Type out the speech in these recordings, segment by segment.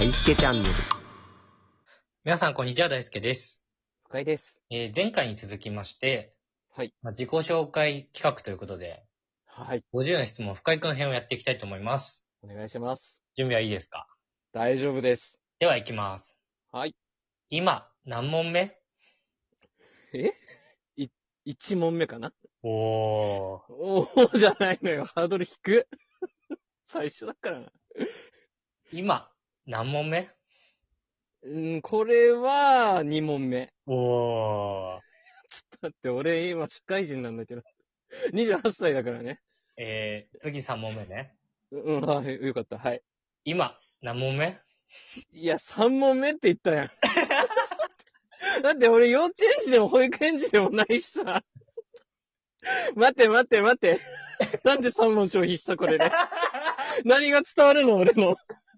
大輔チャンネル。 皆さん、こんにちは。大輔です。 深井です。 前回に続きまして、 はい。 自己紹介企画ということで、 はい。 50の質問深井くん編をやっていきたいと思います。 お願いします。 準備はいいですか？ 大丈夫です。 では行きます。 はい。 今、何問目？ えい、1問目かな。 おー。 おーじゃないのよ。ハードル低っ。最初だからな。 今、何問目？ これは2問目。 おー。 ちょっと待って、俺今社会人なんだけど。28歳だからね。 次3問目ね。 はい、よかった。はい。 今、何問目？ いや、3問目って言ったやん。だって俺幼稚園児でも保育園児でもないしさ。待て。なんで3問消費したこれで。何が伝わるの俺の。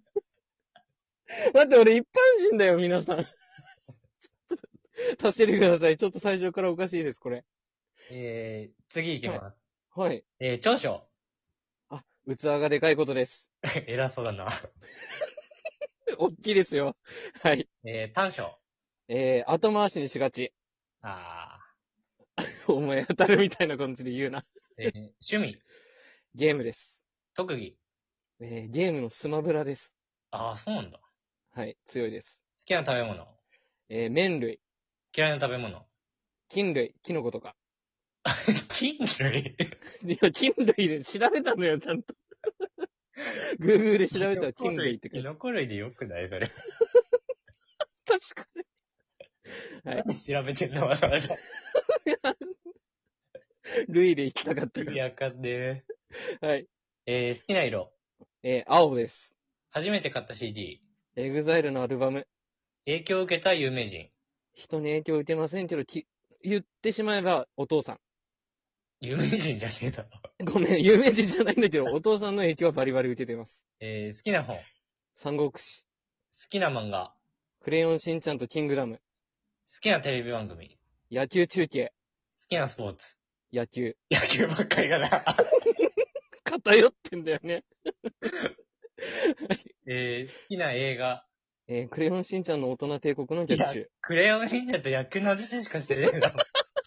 待って、俺一般人だよ、皆さん。助けてください。ちょっと最初からおかしいです、これ。 次行きます。 はい。 長所。 あ、器がでかいことです。 偉そうだな。 おっきいですよ。はい。 短所。 後回しにしがち。 あお前当たるみたいな感じで言うな。 趣味。 ゲームです。 特技。 ゲームのスマブラです。 そうなんだ。好はい、強いです。 きな食べ物。 麺類、 嫌いな食べ物。 菌類、キノコとか。 菌類。 いや、菌類で調べたのよ、ちゃんと。Google で調べたら菌類って書いて。 キノコ類でよくないそれ。 確かに。はいなんで調べてんのわざわざ。 類で行きたかったか意味わかんねら。はい。 好きな色。 青です。 初めて買った CD。 EXILE のアルバム。 影響を受けた有名人。 人に影響を受けませんけど、言ってしまえばお父さ有名人じゃねえだろ。 ん。ごめん、有名人じゃないんだけど、お父さんの影響はバリバリ受けてます。 好きな本。好三国志。 きな漫画。 クレヨンしんちゃんとキングダム。 好きなテレビ番組。 野球中継。 好きなスポーツ。 野球。 野球ばっかりだな。 偏ってんだよね。 好きな映画。 クレヨンしんちゃんの大人帝国の逆襲。 クレヨンしんちゃんと野球の話しかしてねえな。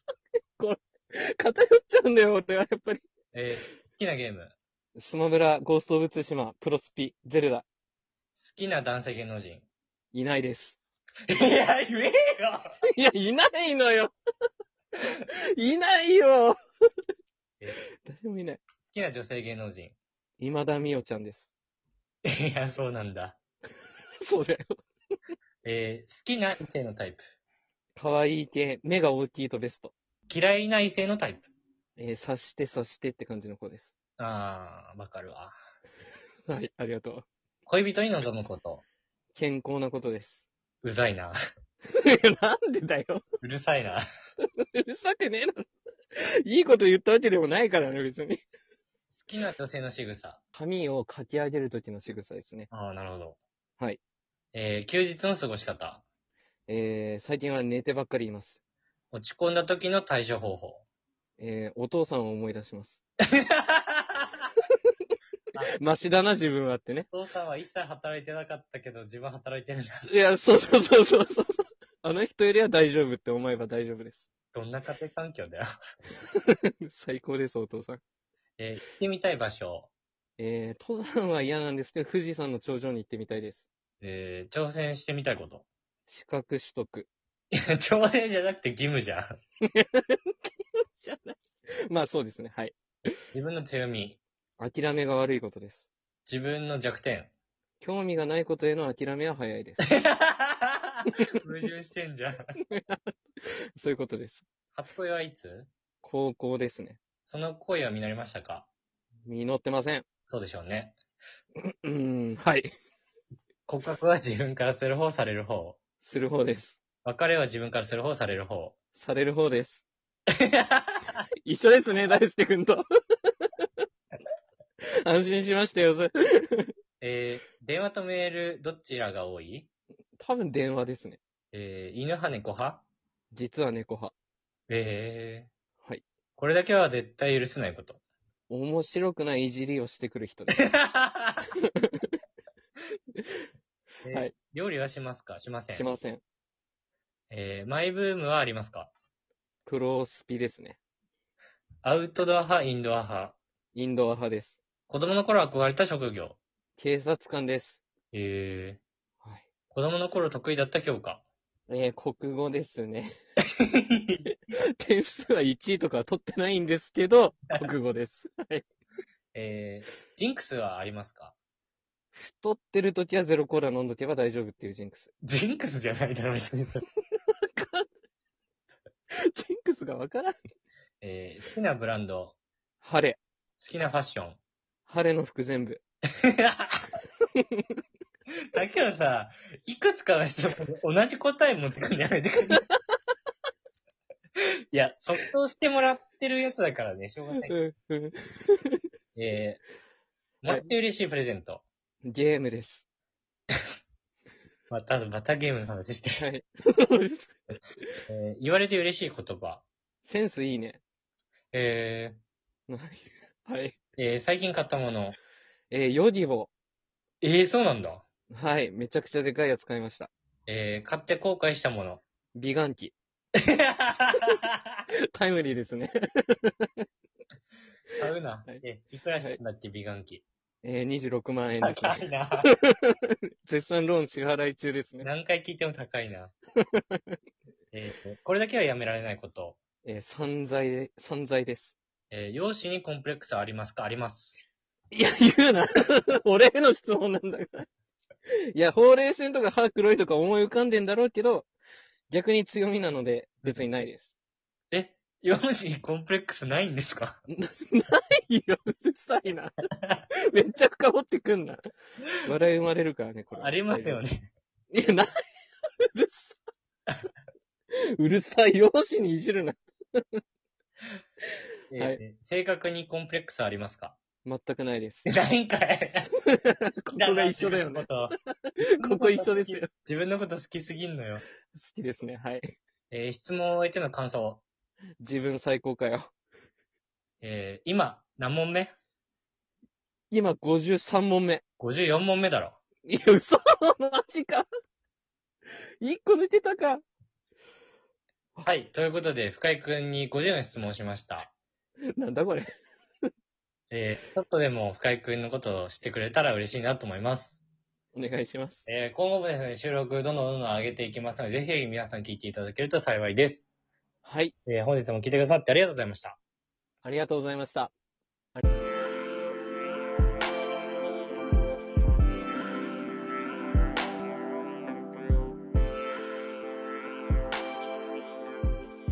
偏っちゃうんだよ、俺はやっぱり。 好きなゲーム。 スマブラ、ゴースト・オブ・ツシマ、プロスピ、ゼルダ。 好きな男性芸能人。 いないです。 いや、言えよ。 いや、いないのよ。いないよ。誰もいない。 好きな女性芸能人。 今田美桜ちゃんです。 いや、そうなんだ。 そうだよ。 好きな異性のタイプ。 可愛い系、目が大きいとベスト。 嫌いな異性のタイプ。 察してって感じの子です。 わかるわ。 はい、ありがとう。 恋人に望むこと。 健康なことです。 うざいな。 なんでだよ。 うるさいな。 うるさくねえな。いいこと言ったわけでもないからね、別に。 好きな女性の仕草。 髪をかき上げるときの仕草ですね。 なるほど。 はい。 休日の過ごし方。 最近は寝てばっかりいます。 落ち込んだ時の対処方法。 お父さんを思い出します。マシだな、自分はってね。 お父さんは一切働いてなかったけど、自分は働いてるんだ。 いや、そう。あの人よりは大丈夫って思えば大丈夫です。 どんな家庭環境だよ。 最高です、お父さん。 行ってみたい場所。 登山は嫌なんですけど、富士山の頂上に行ってみたいです。 挑戦してみたいこと。 資格取得。 いや、挑戦じゃなくて義務じゃん。 じゃない。まあそうですね、はい。 自分の強み。 諦めが悪いことです。 自分の弱点。 興味がないことへの諦めは早いです。 矛盾してんじゃん。 そういうことです。 初恋はいつ？ 高校ですね。 その恋は実りましたか？ 実ってません。 そうでしょうね。 はい。 告白は自分からする方、される方。 する方です。 別れは自分からする方、される方。 される方です。一緒ですね、大輔くんと。安心しましたよ、それ。 電話とメール、どちらが多い？ 多分電話ですね。 犬派猫派？ 実は猫派。はい。 これだけは絶対許せないこと。 面白くないいじりをしてくる人です。はい。 はしますか？しません。 しません。 マイブームはありますか？ 黒スピですね。 アウトドア派、インドア派。 インドア派です。 子供の頃憧れた職業。 警察官です。 えはい。 子供の頃得意だった教科。 国語ですね。点数は1位とかは取ってないんですけど、国語です。はい。 ジンクスはありますか？ 太ってる時はゼロコーラ飲んどけば大丈夫っていうジンクス。 ジンクスじゃないだろ、別に。 ジンクスがわからん。 好きなブランド。 晴れ。 好きなファッション。 晴れの服全部。 だけどさ、いくつかの人同じ答え持ってくるのやめてくれ。いや、即答してもらってるやつだからね、しょうがない。もらって嬉しいプレゼント。 ゲームです。 またゲームの話してる。 はい。 言われて嬉しい言葉。 センスいいね。 えはい。 最近買ったもの。 ヨギボ。 そうなんだ。 はい。めちゃくちゃでかいやつ買いました。 買って後悔したもの。 美顔器。タイムリーですね。 買うな。 はいいくらしたんだっけ、美顔器。 26万円です高ね。 いな。 絶賛ローン支払い中ですね。 何回聞いても高いな。これだけはやめられないこと。 散財です。 容姿にコンプレックスはありますか？あります。 いや、言うな。俺への質問なんだから。いや、ほうれい線とか歯黒いとか思い浮かんでんだろうけど、逆に強みなので別にないです。 容姿にコンプレックスないんですか？ いや、うるさいな。めっちゃ深掘ってくんな。笑い生まれるからね、これ。 ありますよね。 いや、うるさい。うるさい。容姿にいじるな。はい性格にコンプレックスはありますか？ 全くないです。 ないんかい。 ここが一緒だよね。ここ一緒ですよ。 自分のこと好きすぎんのよ。 好きですね。はい。 質問を終えての感想。 自分最高かよ。 今、何問目？ 今53問目。 54問目だろ。 いや、嘘マジか。1個抜けたか。 はい。ということで、深井くんに50の質問をしました。 なんだこれ。 ちょっとでも深井くんのことを知ってくれたら嬉しいなと思います。 お願いします。 今後もですね、収録どんどん上げていきますので、ぜひぜひ皆さん聞いていただけると幸いです。 はい。 本日も聞いてくださってありがとうございました。 ありがとうございました。 Yes.